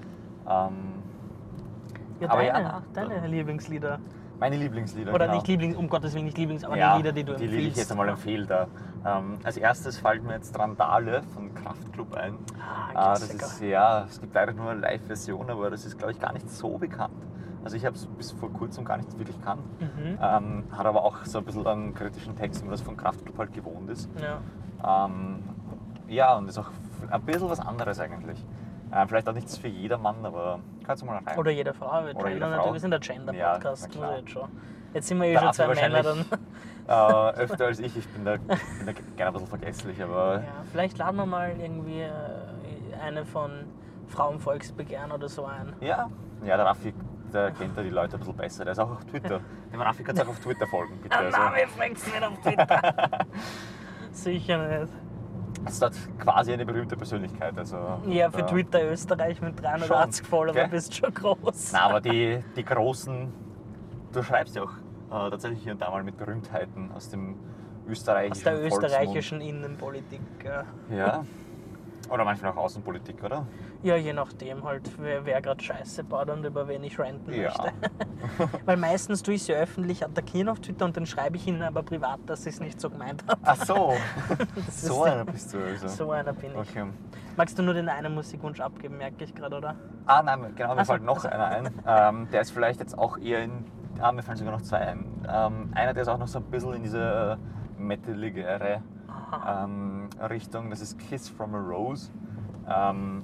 Ja, Aber deine, ja, na, deine dann- Lieblingslieder. meine Lieblingslieder. Oder genau. nicht Lieblings, um Gottes Willen nicht Lieblings, aber ja, die Lieder, die du die empfiehlst. will ich jetzt einmal empfehlen da. Ähm, als erstes fällt mir jetzt Randale von Kraftklub ein. Ah, ein Ah, das Klassiker. ist, ja, es gibt leider nur eine Live-Version, aber das ist, glaube ich, gar nicht so bekannt. Also ich habe es bis vor kurzem gar nicht wirklich gekannt. Mhm. Ähm, hat aber auch so ein bisschen einen kritischen Text, wie man das von Kraftklub halt gewohnt ist. Ja. Ähm, ja, und ist auch ein bisschen was anderes eigentlich. Ähm, vielleicht auch nichts für jedermann, aber kannst du mal rein. Oder jede Frau. Wir, Oder jede gendern Frau. natürlich, wir sind der Gender-Podcast, Ja, na muss klar. ich jetzt schon. Jetzt sind wir eh Der schon Affe zwei Männer dann. wahrscheinlich äh, öfter als ich. Ich bin da, bin da gerne ein bisschen vergesslich, aber Ja, vielleicht laden wir mal irgendwie äh, eine von Frauenvolksbegehren oder so ein. ja, ja, der Raffi, der kennt da die Leute ein bisschen besser. Der ist auch auf Twitter. Dem Raffi kannst du auch auf Twitter folgen, bitte. Ah, Also, nein, wir fragst nicht auf Twitter. Sicher nicht. das ist dort quasi eine berühmte Persönlichkeit. Also, Ja, für da- Twitter Österreich mit dreihundertachtzig Schon, Follower gell? bist schon groß. Na, aber die, die großen, du schreibst ja auch äh, tatsächlich hier und da mal mit Berühmtheiten aus dem österreichischen Aus der Volksmund. österreichischen Innenpolitik. Ja. Ja. Oder manchmal auch Außenpolitik, oder? Ja, je nachdem halt, wer, wer gerade Scheiße baut und über wen ich ranten Ja. möchte. Weil meistens tue ich sie öffentlich attackieren auf Twitter und dann schreibe ich ihnen aber privat, dass ich es nicht so gemeint habe. Ach so, Das so ist- einer bist du also. So einer bin ich. Okay. Magst du nur den einen Musikwunsch abgeben, merke ich gerade, oder? Ah nein, genau, mir Ach so, fällt noch ach so. einer ein. Ähm, der ist vielleicht jetzt auch eher in, ah, mir fallen sogar noch zwei ein. Ähm, einer, der ist auch noch so ein bisschen in diese metaligere Aha. ähm, Richtung, das ist Kiss from a Rose. Ähm,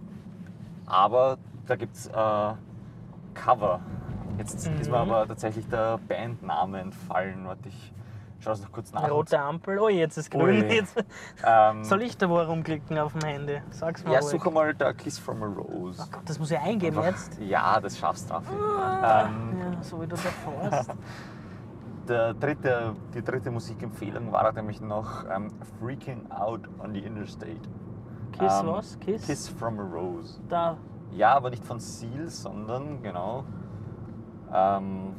aber da gibt es äh, Cover. Jetzt ist mir Mhm. aber tatsächlich der Bandname entfallen. Warte, ich schaue es noch kurz nach. Rote Ampel, oh jetzt ist grün. Ui. Jetzt. Ähm, Soll ich da wo rumklicken auf dem Handy? Sag's mal ja, ruhig. suche mal da Kiss from a Rose. Oh Gott, das muss ich eingeben Einfach- jetzt. Ja, das schaffst du, Raffi. Ah, Ähm, ja, so wie du da fährst. Der dritte, die dritte Musikempfehlung war nämlich noch ähm, Freaking Out on the Interstate. Kiss Ähm, was? Kiss? Kiss from a Rose. Da. Ja, aber nicht von Seal, sondern genau. Ähm,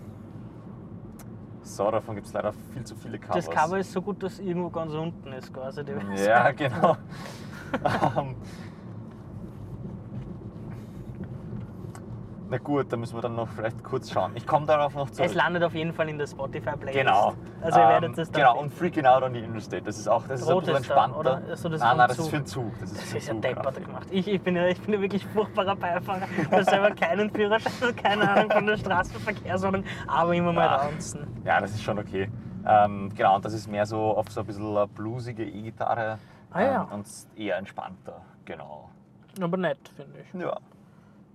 so, davon gibt es leider viel zu viele Covers. Das Cover ist so gut, dass irgendwo ganz unten ist quasi. Die Version. Ja, genau. ähm, na gut, da müssen wir dann noch vielleicht kurz schauen. Ich komme darauf noch zurück. Es landet auf jeden Fall in der Spotify-Playlist. Genau. Also ihr Ähm, werdet es dann Genau, finden. und Freaking Out on the Interstate. Das ist auch das ist Rot ein bisschen ist da, entspannter. oder? Also das nein, vom nein, das Zug. ist für den Zug. Das ist, Das für ist den ja Zug, deppert Raffi. gemacht. Ich, ich, bin ja, ich bin ja wirklich furchtbarer Beifahrer. Ich habe selber keinen Führerschein und keine Ahnung von der Straßenverkehrsordnung, aber immer mal Ja. raunzen. Ja, das ist schon okay. Ähm, genau, und das ist mehr so auf so ein bisschen eine bluesige E-Gitarre Ah, ja. ähm, und eher entspannter. Genau. Aber nett, finde ich. Ja.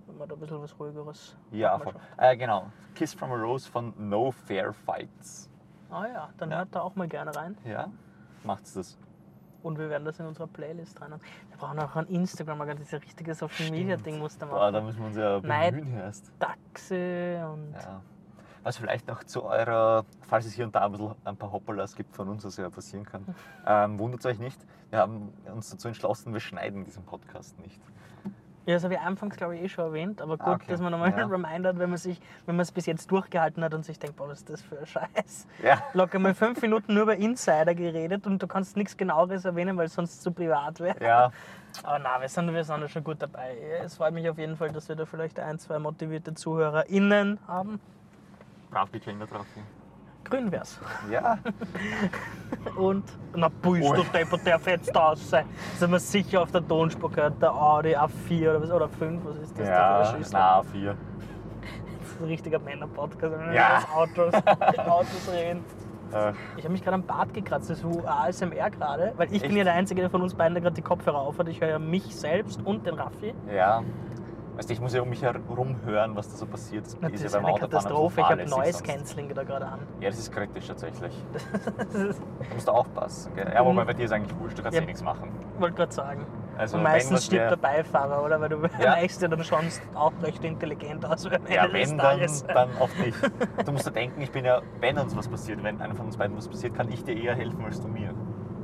wenn man da ein bisschen was ruhigeres Ja, machen voll. wir Äh, genau. Kiss from a Rose von No Fair Fights. schon. Ah ja, dann Ja. hört da auch mal gerne rein. Ja, macht's das. Und wir werden das in unserer Playlist rein haben. Wir brauchen auch ein Instagram, aber dieses richtige Social Media Ding muss da Boah, da machen. müssen wir uns ja Nein. bemühen erst. Taxi und. Ja. Was vielleicht noch zu eurer, falls es hier und da ein, bisschen, ein paar Hoppalas gibt von uns, was ja passieren kann, ähm, wundert euch nicht. Wir haben uns dazu entschlossen, wir schneiden diesen Podcast nicht. Ja, das habe ich anfangs, glaube ich, eh schon erwähnt, aber gut, Ah, okay. dass man nochmal Ja. einen Reminder hat, wenn man sich, wenn man es bis jetzt durchgehalten hat und sich denkt, boah, was ist das für ein Scheiß. Ja. Locker mal fünf Minuten nur über Insider geredet und du kannst nichts Genaueres erwähnen, weil es sonst zu privat wäre. Ja, Aber nein, wir sind, wir sind da schon gut dabei. Es freut mich auf jeden Fall, dass wir da vielleicht ein, zwei motivierte ZuhörerInnen haben. brav die Kinder drauf. Grün wär's. Ja, Und, na bist du Deppert, der fetzt aus sein. Sind wir sicher auf der Tonspur gehört, der Audi A vier oder was, oder fünf, was ist das da ja, für ein Schüssel? na, vier. Das ist ein richtiger Männer-Podcast, wenn wir Ja. über Autos, Autos reden. Äh, Ich habe mich gerade am Bart gekratzt, das ist so A S M R gerade, weil ich bin Echt? ja der Einzige der von uns beiden, der gerade die Kopfhörer aufhat. Ich höre ja mich selbst und den Raffi. ja. Weißt du, ich muss ja um mich herum hören, was da so passiert. Das Das ist ja ist beim eine Autofahren Katastrophe, ich ein habe bisschen Noise fahrlässig sonst. Cancelling da gerade an. Ja, das ist kritisch tatsächlich. Da musst du aufpassen. Gell? Ja, wobei bei dir ist eigentlich wurscht, du kannst Ja. eh nichts machen. Wollte gerade sagen. Also, Und wenn meistens was stirbt wär- der Beifahrer, oder? Weil du Ja. weichst ja dann schon auch recht intelligent aus. Am Ja, Ende des wenn, dann, Tages. dann auf dich. Du musst dir denken, ich bin ja, wenn uns was passiert, wenn einem von uns beiden was passiert, kann ich dir eher helfen als du mir.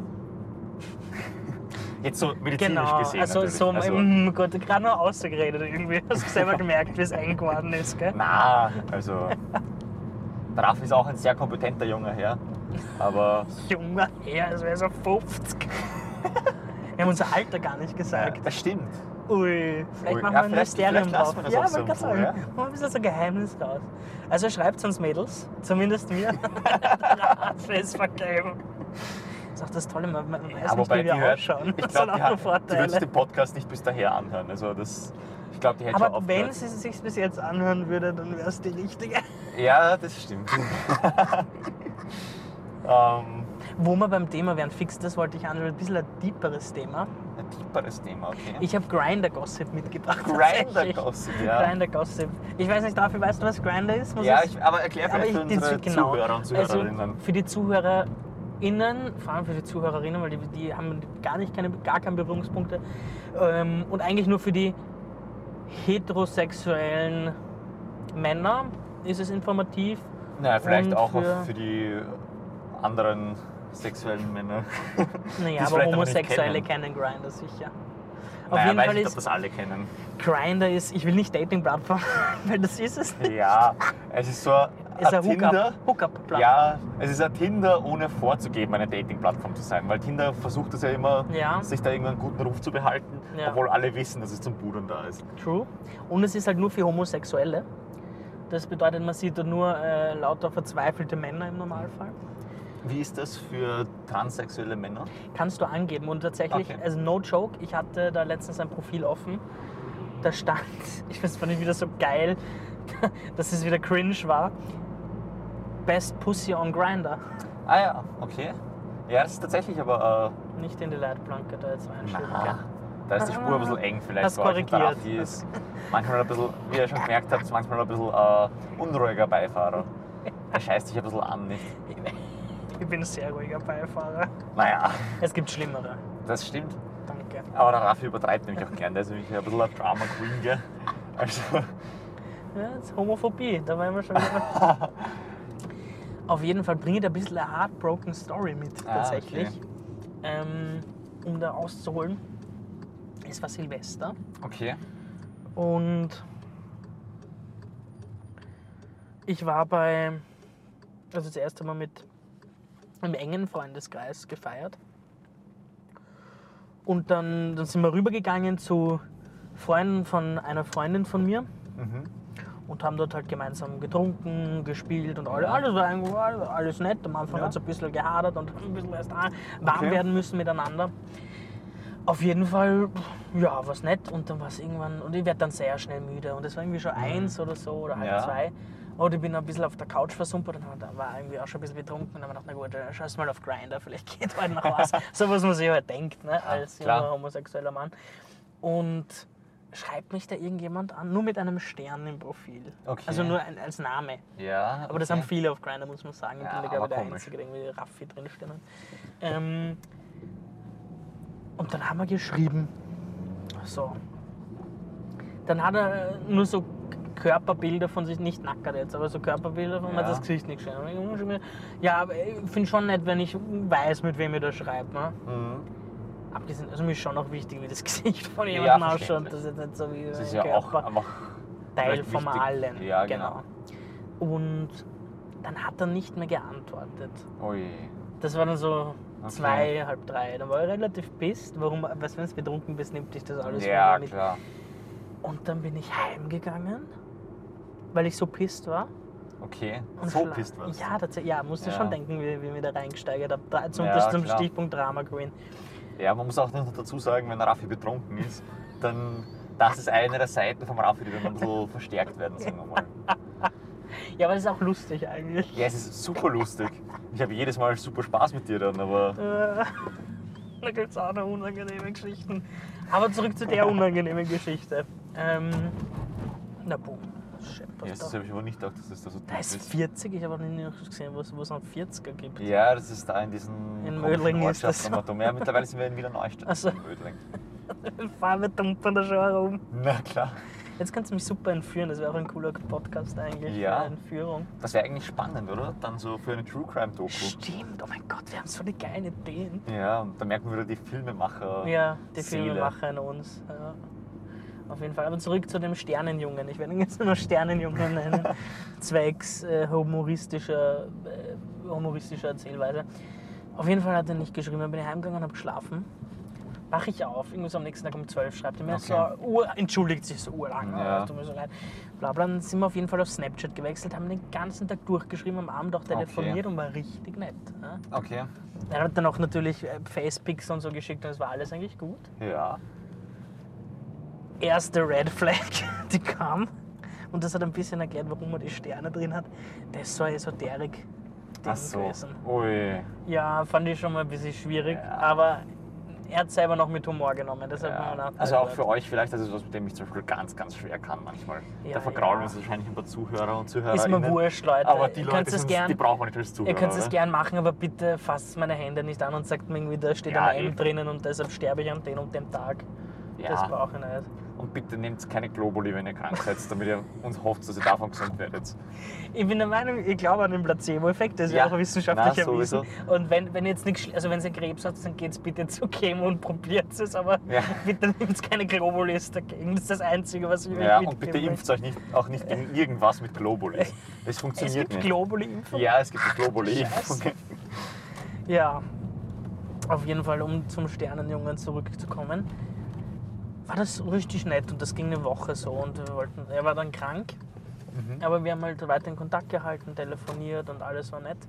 Jetzt so medizinisch Genau, gesehen also natürlich. so, Also, mm, Gott, gerade noch ausgeredet irgendwie. Hast du selber gemerkt, wie es eng geworden ist, gell? na, also der Raffi ist auch ein sehr kompetenter junger Herr, aber Junger Herr, das wäre so fünfzig. Wir haben unser Alter gar nicht ja, gesagt. das stimmt. Ui, vielleicht Ui, machen ja, wir ein vielleicht- Mysterium vielleicht lassen drauf. wir das Ja, auch so wollte gerade so, sagen. ja. Machen wir ein bisschen so ein Geheimnis raus. Also schreibt uns Mädels, zumindest mir. Raffi ist vergeben. Das ist auch das Tolle, man, man weiß Ja, nicht, wobei wie die wir hört, ausschauen. ich Das sind glaube, auch die, nur hat- die wird sich Vorteile. den Podcast nicht bis daher anhören. Also das, ich glaube, die hätte schon Aber aufgehört. wenn sie es sich bis jetzt anhören würde, dann wäre es die richtige. Ja, das stimmt. ähm, Wo wir beim Thema wären, fix, das wollte ich anschauen, ein bisschen ein deeperes Thema. ein tieferes Thema, okay. Ich habe Grindr-Gossip mitgebracht. Grindr tatsächlich. Gossip, ja. Grindr-Gossip. Ich weiß nicht, dafür weißt du, was Grindr ist? Muss Ja, ich- ich, aber erklär aber vielleicht für ich, die, unsere genau. Zuhörer und Zuhörerinnen. Also für die ZuhörerInnen, vor allem für die Zuhörerinnen, weil die, die haben gar, nicht keine, gar keine Berührungspunkte. Ähm, und eigentlich nur für die heterosexuellen Männer ist es informativ. naja, vielleicht und auch für- auf für die anderen sexuellen Männer. Naja, die es aber vielleicht noch nicht Homosexuelle kennen. kennen Grindr sicher. Auf Naja, jeden weiß Fall nicht, ist ob das alle kennen. Grindr ist, ich will nicht Dating-Plattform, weil das ist es nicht. Ja, es ist so ein, Es ist ein Tinder. Hookup- Hookup-Plattform. Ja, es ist ein Tinder, ohne vorzugeben, eine Dating-Plattform zu sein. Weil Tinder versucht es ja immer, Ja. sich da irgendwann einen guten Ruf zu behalten, Ja. obwohl alle wissen, dass es zum Pudern da ist. True. Und es ist halt nur für Homosexuelle. Das bedeutet, man sieht da nur äh, lauter verzweifelte Männer im Normalfall. Wie ist das für transsexuelle Männer? Kannst du angeben. Und tatsächlich, Okay. also no joke, ich hatte da letztens ein Profil offen. Da stand, ich fand es wieder so geil, dass es wieder cringe war. Best Pussy on Grindr. Ah ja, okay. Ja, das ist tatsächlich aber... Nicht in die Leitplanke da jetzt Äh, reinschieben. na, gell? da ist die Spur ein bisschen eng vielleicht. Hast bei euch. Und der korrigiert. Raffi ist manchmal ein bisschen, wie ihr schon gemerkt habt, manchmal ein bisschen äh, unruhiger Beifahrer. Er scheißt sich ein bisschen an, nicht? Ich bin ein sehr ruhiger Beifahrer. Naja, Es gibt Schlimmere. das stimmt. Danke. Aber der Raffi übertreibt nämlich auch gern. Der ist nämlich ein bisschen ein Drama Queen, gell? Also, Ja, das ist Homophobie, da waren wir schon wieder. Auf jeden Fall bringe ich ein bisschen eine heartbroken Story mit, Ah, tatsächlich. okay. Ähm, um da auszuholen. Es war Silvester okay. und ich war bei, also das erste Mal mit einem engen Freundeskreis gefeiert. Und dann, dann sind wir rübergegangen zu Freunden von einer Freundin von mir. Mhm. Und haben dort halt gemeinsam getrunken, gespielt und alles, alles war eigentlich alles, alles nett. Am Anfang Ja. hat es ein bisschen gehadert und ein bisschen erst warm Okay. werden müssen miteinander. Auf jeden Fall, ja, war es nett und dann war es irgendwann, und ich werde dann sehr schnell müde und es war irgendwie schon eins oder so oder halb Ja. zwei. Und ich bin ein bisschen auf der Couch versumpert und dann war irgendwie auch schon ein bisschen betrunken und dann habe ich gedacht, na gut, scheiß mal auf Grindr, vielleicht geht heute noch was. So was man sich halt denkt, ne, als klar. junger homosexueller Mann. Und schreibt mich da irgendjemand an, nur mit einem Stern im Profil. Okay. Also nur ein, als Name. Ja, Aber das okay. haben viele auf Grindr, muss man sagen. Ich Ja, bin da, glaube ich, der aber Einzige, der irgendwie Raffi drinstehen hat. Ähm, und dann haben wir geschrieben. So. Dann hat er nur so Körperbilder von sich, nicht nackert jetzt, aber so Körperbilder von, Ja. man hat das Gesicht nicht gesehen. Ja, aber ich finde schon nett, wenn ich weiß, mit wem ihr da schreibt. Ne? Mhm. Abgesehen, also mir ist schon auch wichtig, wie das Gesicht von Ja, jemandem ausschaut. verständlich. Das ist jetzt nicht so wie Das ein ist ja auch Körper. einfach Teil vielleicht vom wichtig. Allen. Ja, genau. Und dann hat er nicht mehr geantwortet. Ui. Das war dann so Okay. zwei, halb drei. Dann war ich relativ pisst. Warum? Weißt du, wenn du betrunken bist, nimmt dich das alles Ja, mit. klar. Und dann bin ich heimgegangen, weil ich so pisst war. Okay. Und So schla- pisst warst du. Ja, tatsächlich. Ja, musst du Ja. schon denken, wie, wie ich mich da reingesteigert habe. Da- Zum, Ja, das zum klar. Stichpunkt Drama Queen. Ja, man muss auch noch dazu sagen, wenn Raffi betrunken ist, dann das ist eine der Seiten vom Raffi, die dann ein bisschen verstärkt werden, sagen wir mal. Ja, aber das ist auch lustig eigentlich. Ja, es ist super lustig. Ich habe jedes Mal super Spaß mit dir dann, aber Äh, Da gibt es auch noch unangenehme Geschichten. Aber zurück zu der unangenehmen Geschichte. Ähm, na boom. Shit, was ja, das da? habe ich aber nicht gedacht, dass das da so Da tief ist ist. vierzig, ich habe noch nie gesehen, wo es wo es noch vierziger gibt. Ja, das ist da in diesen In komischen Mödling ist das Ortschaften am Atom. Ja, mittlerweile sind wir in Wiener Neustadt. Ach so. in Mödling. Fahren wir dumpern da schon herum. Na klar. Jetzt kannst du mich super entführen, das wäre auch ein cooler Podcast eigentlich Ja. für eine Entführung. Das wäre eigentlich spannend, oder? Dann so für eine True Crime Doku. Stimmt, oh mein Gott, wir haben so eine geile Ideen. Ja, und da merken wir wieder die Filmemacher. Ja, die Seele. Filmemacher in uns. Ja. Auf jeden Fall. Aber zurück zu dem Sternenjungen. Ich werde ihn jetzt nur Sternenjungen nennen. Zwecks äh, humoristischer, äh, humoristischer Erzählweise. Auf jeden Fall hat er nicht geschrieben. Dann bin ich heimgegangen und habe geschlafen. Wache ich auf, irgendwie so am nächsten Tag um zwölf schreibt er mir Okay. so, Ur, entschuldigt sich so urlang, Ja. oh, tut mir so leid. Bla bla. Dann sind wir auf jeden Fall auf Snapchat gewechselt, haben den ganzen Tag durchgeschrieben, am Abend auch telefoniert Okay. und war richtig nett. Ja. Okay. Er hat dann auch natürlich äh, Facepics und so geschickt und es war alles eigentlich gut. Ja. Erste Red Flag, die kam. Und das hat ein bisschen erklärt, warum er die Sterne drin hat. Der ist so ein Esoterik-Ding Ach so. gewesen. Ui. Ja, fand ich schon mal ein bisschen schwierig. Ja. Aber er hat selber noch mit Humor genommen. Deshalb Ja. haben wir Also auch nachgedacht. für euch vielleicht, das ist was, mit dem ich zum Beispiel ganz, ganz schwer kann manchmal. Ja, da vergraulen ja. uns wahrscheinlich ein paar Zuhörer und Zuhörer. Ist mir wurscht, Leute. Aber die Ihr Leute, könnt es sind, gern, die brauchen wir nicht als Zuhörer. Ihr könnt es oder? gern machen, aber bitte fasst meine Hände nicht an und sagt mir irgendwie, da steht Ja, ein M eben. drinnen und deshalb sterbe ich an dem und dem Tag. Ja. Das brauche ich nicht. Und bitte nehmt keine Globuli, wenn ihr krank seid, damit ihr uns hofft, dass ihr davon gesund werdet. Ich bin der Meinung, ich glaube an den Placebo-Effekt, das ist Ja. ja auch wissenschaftlich Na, erwiesen. sowieso. Und wenn, wenn ihr jetzt nichts, also wenn ihr Krebs habt, dann geht es bitte zu Chemo und probiert es, aber Ja. bitte nehmt keine Globulis dagegen. Das ist das Einzige, was ich euch Ja, und mitgeben bitte impft euch nicht, auch nicht gegen irgendwas mit Globuli. Es Es funktioniert gibt nicht. Globuli-Impfung. Ja, es gibt die Globuli-Impfung. Scheiße. Ja, auf jeden Fall, um zum Sternenjungen zurückzukommen, war das richtig nett und das ging eine Woche so und wir wollten, er war dann krank, Mhm. aber wir haben halt weiter in Kontakt gehalten, telefoniert und alles war nett.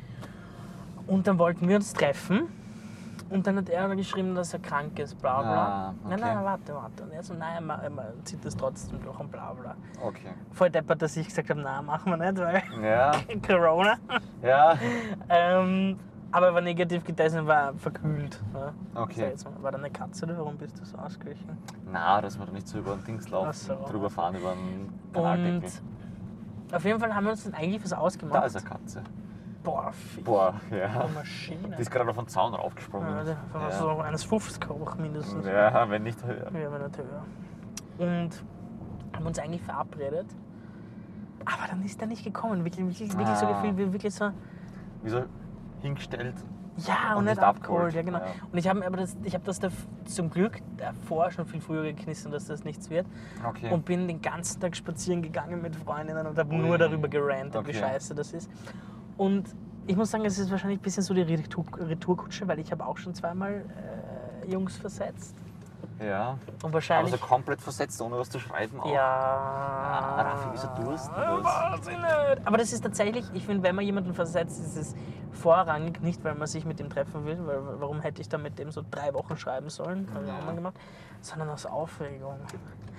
Und dann wollten wir uns treffen und dann hat er geschrieben, dass er krank ist, bla bla. Ah, Nein, okay. nein, warte, warte. Und er so, nein, er, ma- er zieht das trotzdem durch und bla bla. Okay. Voll deppert, dass ich gesagt habe, nein, machen wir nicht, weil Ja, Corona. ja. Ähm, aber er war negativ getestet und war verkühlt. Ne? Okay. So, jetzt mal, war da eine Katze oder warum bist du so ausgewichen? Na, dass wir da nicht so über den Dings laufen, Ach so. drüber fahren über den Und Kanaldeckel. auf jeden Fall haben wir uns dann eigentlich was Da ausgemacht. ist eine Katze. Boah, Fisch. Boah, ja. Eine Maschine. Die ist gerade auf den Zaun raufgesprungen. Ja, der war Ja. so eines fünfzig hoch mindestens. Ja, wenn nicht höher. Ja, wenn nicht höher. Und haben uns eigentlich verabredet. Aber dann ist er nicht gekommen. Wirklich, wirklich, wirklich so Ah. gefühlt, wie wirklich so. Wie so hingestellt. Ja, und, Und nicht nicht abgeholt. abgeholt, Ja, genau. ja. Und ich habe aber das, ich habe das da zum Glück davor schon viel früher geknissen, dass das nichts wird. Okay. Und bin den ganzen Tag spazieren gegangen mit Freundinnen und habe Ui. nur darüber gerantet, wie Okay. scheiße das ist. Und ich muss sagen, es ist wahrscheinlich ein bisschen so die Retour Retourkutsche, weil ich habe auch schon zweimal äh, Jungs versetzt. ja. Und Aber wahrscheinlich. so komplett versetzt, ohne was zu schreiben auch. Ja. Ah, Raffi, wieso tust du das? Wahnsinn. Aber das ist tatsächlich, ich finde, wenn man jemanden versetzt, ist es vorrangig nicht, weil man sich mit ihm treffen will, weil warum hätte ich dann mit dem so drei Wochen schreiben sollen, habe ich Ja. auch mal gemacht, sondern aus Aufregung.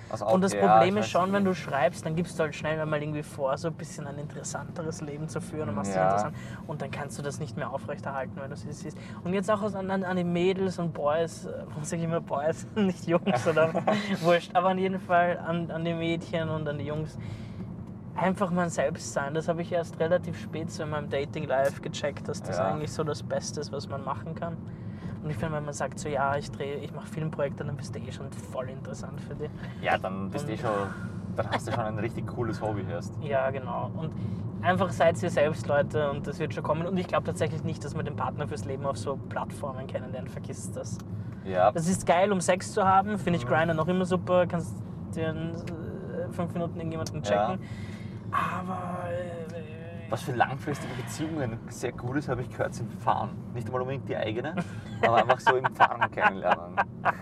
Also Und das okay, ja, Problem ich ist weiß schon, wenn nicht. du schreibst, dann gibst du halt schnell einmal irgendwie vor, so ein bisschen ein interessanteres Leben zu führen und machst dich Ja. interessant. Und dann kannst du das nicht mehr aufrechterhalten, wenn du es siehst. Und jetzt auch an, an, an die Mädels und Boys, warum sage ich immer Boys, nicht Jungs oder wurscht, aber an jeden Fall an, an die Mädchen und an die Jungs. Einfach man selbst sein. Das habe ich erst relativ spät so in meinem Dating-Life gecheckt, dass das Ja. eigentlich so das Beste ist, was man machen kann. Und ich finde, wenn man sagt so, ja, ich drehe, ich mache Filmprojekte, dann bist du eh schon voll interessant für dich. Ja, dann bist du eh schon, dann hast du schon ein richtig cooles Hobby erst. Ja, genau. Und einfach seid ihr selbst, Leute, und das wird schon kommen. Und ich glaube tatsächlich nicht, dass man den Partner fürs Leben auf so Plattformen kennenlernt. Vergiss das. Ja. Das ist geil, um Sex zu haben. Finde ich Mhm. Grindr noch immer super. Kannst dir in äh, fünf Minuten irgendjemanden checken. Aber... Äh, Was für langfristige Beziehungen sehr gut ist, habe ich gehört, sind Fahren. Nicht einmal unbedingt die eigene, aber einfach so im Fahren kennenlernen.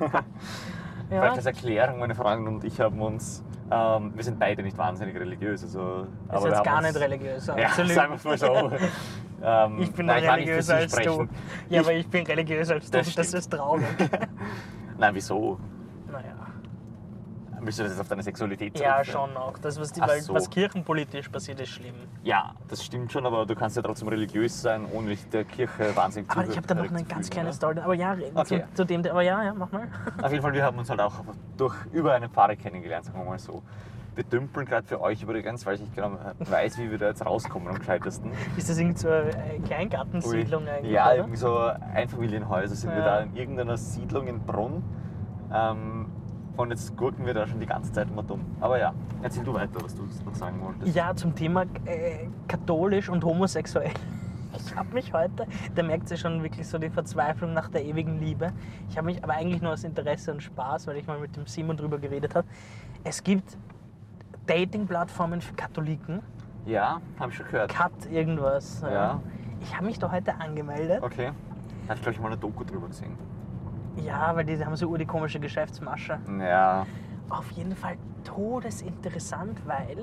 ja, Vielleicht als Erklärung, meine Freundin und ich haben uns, ähm, wir sind beide nicht wahnsinnig religiös. Also, ist wir jetzt haben gar uns, nicht religiös. Ja, Absolut. sagen wir es mal so. ähm, Ich bin nein, ich mag nicht für religiöser Sie als sprechen. du. Ja, Ich- aber ich bin religiöser als du. Das Das, stimmt. ist traurig. Nein, wieso? Naja. Willst du das jetzt auf deine Sexualität Ja, zurückführen? schon auch. Das, was, die, Ach weil, so. was kirchenpolitisch passiert, ist schlimm. Ja, das stimmt schon, aber du kannst ja trotzdem religiös sein, ohne dich der Kirche wahnsinnig Aber ich habe da noch eine zugehörig zu ganz fühlen, kleine oder? Story. Aber ja, Okay. zu, zu dem, aber ja, ja, mach mal. Auf jeden Fall, wir haben uns halt auch durch, über einen Pfarrer kennengelernt, sagen wir mal so. Wir dümpeln gerade für euch übrigens, weil ich nicht genau weiß, wie wir da jetzt rauskommen am gescheitesten. Ist das irgend so eine Kleingartensiedlung eigentlich? Ja, oder? irgendwie so Einfamilienhäuser sind wir Ja. da in irgendeiner Siedlung in Brunn. Ähm, und jetzt gurken wir da schon die ganze Zeit immer dumm. Aber ja, erzähl du weiter, was du noch sagen wolltest. Ja, zum Thema äh, katholisch und homosexuell. Ich habe mich heute, da merkt ihr schon wirklich so die Verzweiflung nach der ewigen Liebe. Ich habe mich aber eigentlich nur aus Interesse und Spaß, weil ich mal mit dem Simon drüber geredet habe. Es gibt Dating-Plattformen für Katholiken. Ja, habe ich schon gehört. Cut irgendwas. Ja. Ich habe mich da heute angemeldet. Okay. Da habe ich, glaube ich, mal eine Doku drüber gesehen. Ja, weil die haben so ur die komische Geschäftsmasche. Ja. Auf jeden Fall todesinteressant, weil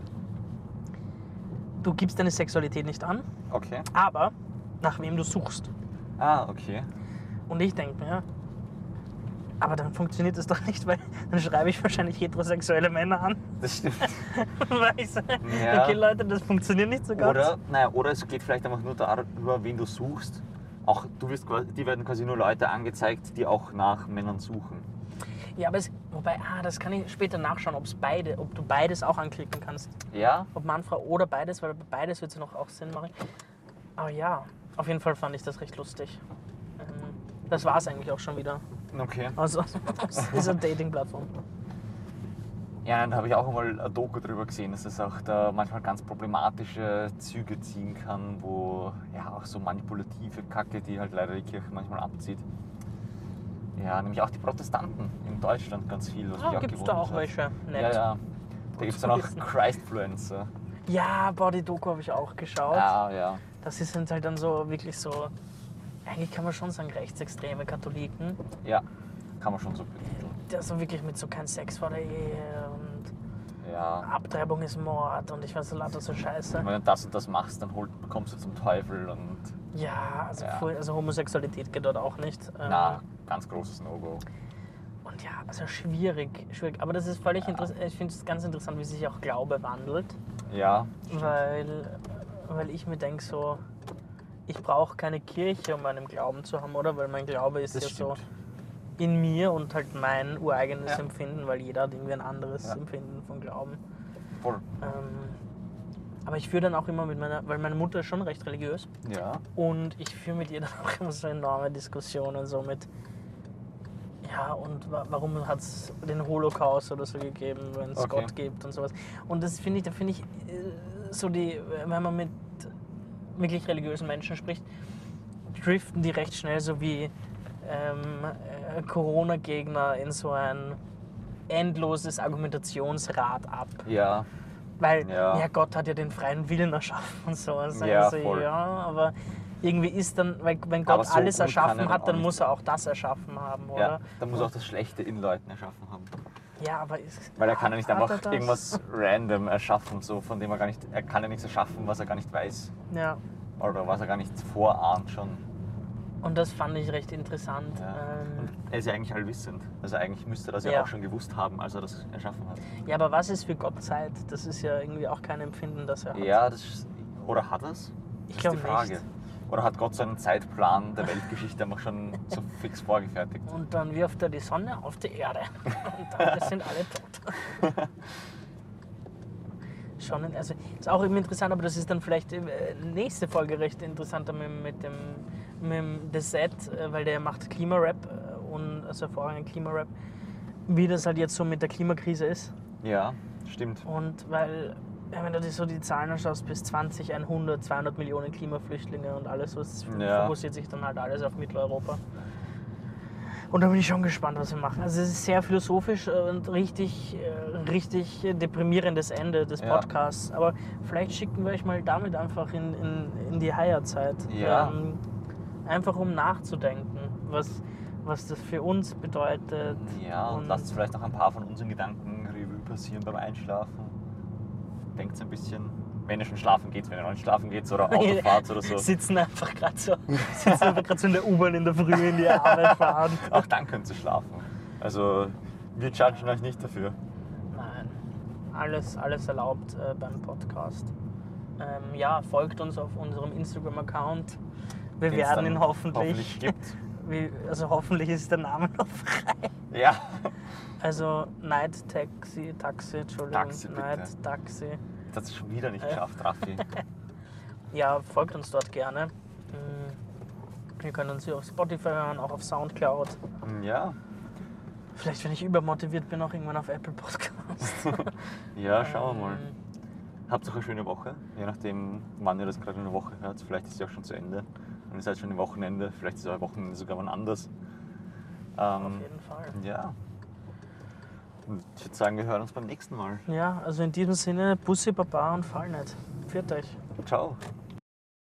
du gibst deine Sexualität nicht an, Okay. aber nach wem du suchst. Ah, okay. Und ich denke mir, aber dann funktioniert das doch nicht, weil dann schreibe ich wahrscheinlich heterosexuelle Männer an. Das stimmt. Weil ich so, Ja. okay Leute, das funktioniert nicht so ganz. Oder, naja, oder es geht vielleicht einfach nur darüber, wen du suchst. Auch du wirst, quasi- die werden quasi nur Leute angezeigt, die auch nach Männern suchen. Ja, aber es, wobei, ah, das kann ich später nachschauen, ob's beide, ob du beides auch anklicken kannst. Ja? Ob Mann, Frau oder beides, weil bei beides wird es noch auch Sinn machen. Aber ja, auf jeden Fall fand ich das recht lustig. Ähm, Das war es eigentlich auch schon wieder. Okay. Also aus dieser Dating-Plattform. Ja, dann habe ich auch mal eine Doku drüber gesehen, dass es auch da manchmal ganz problematische Züge ziehen kann, wo ja auch so manipulative Kacke, die halt leider die Kirche manchmal abzieht. Ja, nämlich auch die Protestanten in Deutschland ganz viel, was mich Ah, auch gibt es gewundert da auch hat. welche? Ja, Nett. ja. Da gibt es dann auch wissen. Christfluencer. Ja, boah, die Doku habe ich auch geschaut. Ja, ja. Das sind halt dann so wirklich so, eigentlich kann man schon sagen, rechtsextreme Katholiken. Ja, kann man schon so betiteln. Also wirklich mit so kein Sex vor der Ehe und Ja. Abtreibung ist Mord und ich weiß so lauter so Scheiße. Und wenn du das und das machst, dann holt, kommst du zum Teufel und Ja, also, Ja. voll- also Homosexualität geht dort auch nicht. Ähm, na, ganz großes No-Go. Und ja, also schwierig, schwierig. Aber das ist völlig interessant. Ich finde es ganz interessant, wie sich auch Glaube wandelt. Ja, Weil, weil ich mir denke so, ich brauche keine Kirche, um meinen Glauben zu haben, oder? Weil mein Glaube ist das ja so stimmt. in mir und halt mein ureigenes Ja. Empfinden, weil jeder hat irgendwie ein anderes Ja. Empfinden von Glauben. Voll. Ähm, aber ich führe dann auch immer mit meiner, weil meine Mutter ist schon recht religiös Ja. und ich führe mit ihr dann auch immer so enorme Diskussionen so mit, ja, und wa warum hat es den Holocaust oder so gegeben, wenn es Okay. Gott gibt und sowas. Und das finde ich, da finde ich, äh, so die, wenn man mit wirklich religiösen Menschen spricht, driften die recht schnell so wie ähm, äh, Corona-Gegner in so ein endloses Argumentationsrad ab. Ja. Weil, Ja. ja. Gott hat ja den freien Willen erschaffen und so. Also Ja, so, voll. ja, aber irgendwie ist dann, weil, wenn Aber Gott so alles gut kann er erschaffen dann hat, auch dann nicht muss er auch das erschaffen haben, oder? Ja, dann muss er auch das Schlechte in Leuten erschaffen haben. Ja, aber ist, Weil er kann ja nicht hat einfach er das? irgendwas random erschaffen, so von dem er gar nicht, er kann ja nichts erschaffen, was er gar nicht weiß Ja, oder was er gar nicht vorahnt schon. Und das fand ich recht interessant. Ja. Ähm, Und er ist ja eigentlich allwissend. Also eigentlich müsste er das ja, Ja. auch schon gewusst haben, als er das erschaffen hat. ja, aber was ist für Gott Zeit? Das ist ja irgendwie auch kein Empfinden, das er hat. Ja, das ist, oder hat er es? Ich Das glaub ist die Frage. nicht. Oder hat Gott so einen Zeitplan der Weltgeschichte einfach schon so fix vorgefertigt? Und dann wirft er die Sonne auf die Erde. Und dann sind alle tot. Schon, also ist auch eben interessant, aber das ist dann vielleicht äh, nächste Folge recht interessanter mit, mit dem mit dem The Set, äh, weil der macht Klimarap äh, und also hervorragenden Klimarap, wie das halt jetzt so mit der Klimakrise ist. Ja, stimmt. Und weil, ja, wenn du dir so die Zahlen anschaust, bis zwanzig, hundert, zweihundert Millionen Klimaflüchtlinge und alles, was Ja. fokussiert sich dann halt alles auf Mitteleuropa. Und da bin ich schon gespannt, was wir machen. Also es ist sehr philosophisch und richtig, äh, richtig deprimierendes Ende des Ja. Podcasts. Aber vielleicht schicken wir euch mal damit einfach in, in, in die Higher-Zeit. Ja. Ähm, einfach um nachzudenken, was, was das für uns bedeutet. Ja, und, lasst vielleicht noch ein paar von unseren Gedanken Revue passieren beim Einschlafen. Denkt ein bisschen, wenn ihr schon schlafen geht, wenn ihr noch nicht schlafen geht oder Autofahrt oder so. Sitzen einfach gerade so, sitzen einfach gerade so in der U-Bahn in der Früh in die Arbeit fahren. Auch dann könnt ihr schlafen. Also wir judgen euch nicht dafür. Nein, alles, alles erlaubt äh, beim Podcast. Ähm, ja, folgt uns auf unserem Instagram-Account. Wir Den's werden dann ihn hoffentlich, hoffentlich gibt. Wie, also hoffentlich ist der Name noch frei. Ja. Also Night Taxi, Taxi, Entschuldigung, Taxi, bitte. Night Taxi. Das hat es schon wieder nicht Äh. geschafft, Raffi. Ja, folgt uns dort gerne. Mm, Ihr könnt uns hier auf Spotify hören, auch auf Soundcloud. Ja. Vielleicht, wenn ich übermotiviert bin, auch irgendwann auf Apple Podcasts. Ja, schauen wir mal. Ähm, Habt auch eine schöne Woche, je nachdem, wann ihr das gerade in der Woche hört. Vielleicht ist sie auch schon zu Ende und ihr seid schon im Wochenende. Vielleicht ist euer Wochenende sogar wann anders. Ähm, Auf jeden Fall. Ja. Und ich würde sagen, wir hören uns beim nächsten Mal. Ja, also in diesem Sinne, Bussi, Baba und Fall nicht. Pfiat euch. Ciao.